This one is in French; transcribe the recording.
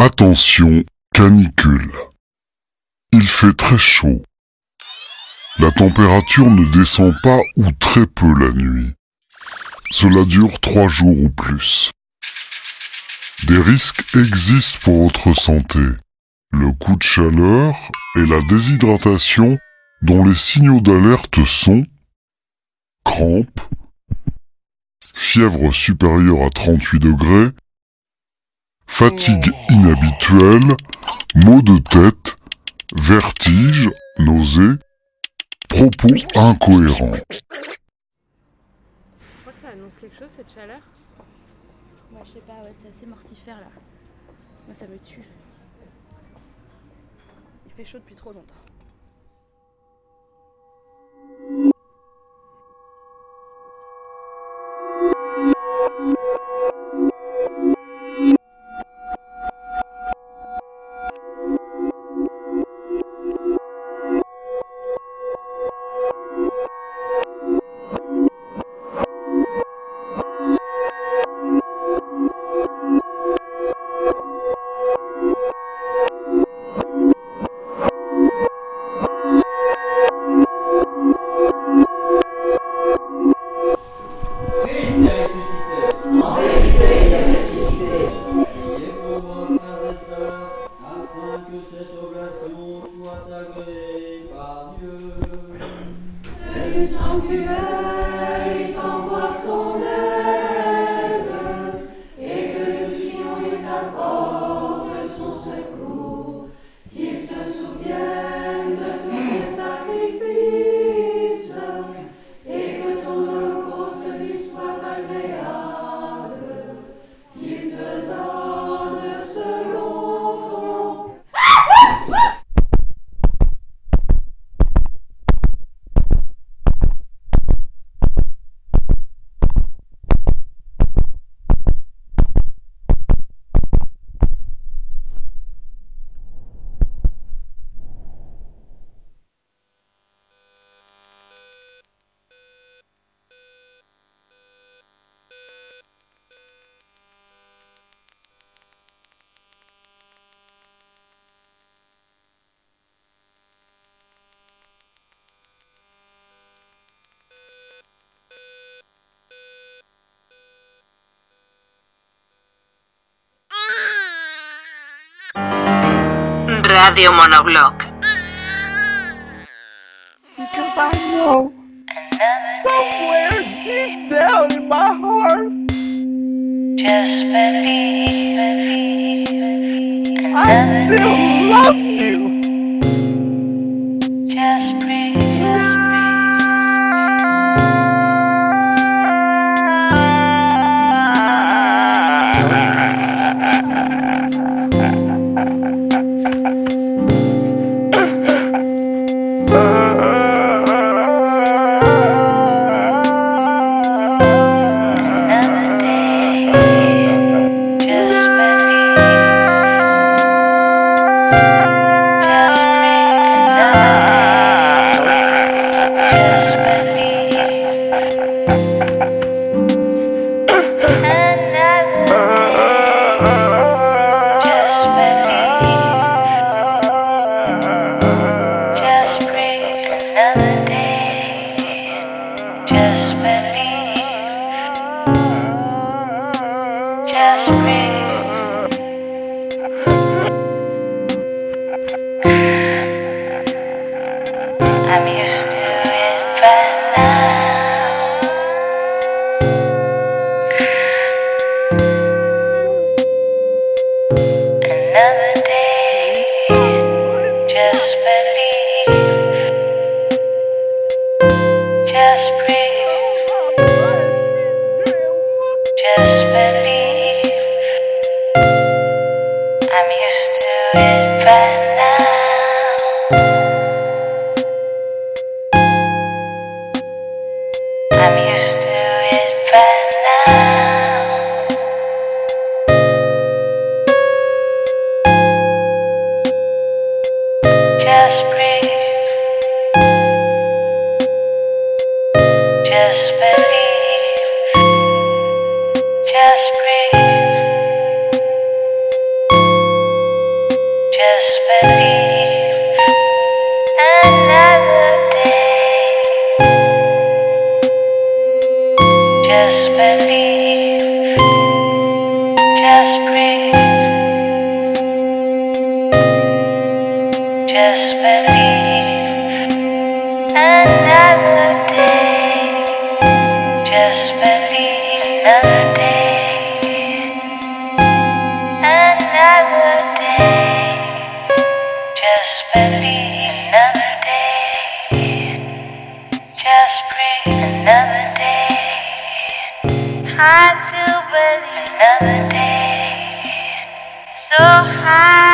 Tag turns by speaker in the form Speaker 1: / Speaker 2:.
Speaker 1: Attention, canicule. Il fait très chaud. La température ne descend pas ou très peu la nuit. Cela dure 3 jours ou plus. Des risques existent pour votre santé. Le coup de chaleur et la déshydratation dont les signaux d'alerte sont crampes, fièvre supérieure à 38 degrés, fatigue inhabituelle, maux de tête, vertige, nausées, propos incohérents.
Speaker 2: Je crois que ça annonce quelque chose, cette chaleur.
Speaker 3: Moi, je sais pas, ouais, c'est assez mortifère là. Moi, ça me tue. Il fait chaud depuis trop longtemps.
Speaker 4: Radio Monoblog.
Speaker 5: Because I know somewhere deep down in my heart,
Speaker 6: just believe,
Speaker 5: I still love you.
Speaker 6: Just breathe, just breathe. Just hard to believe another day so high.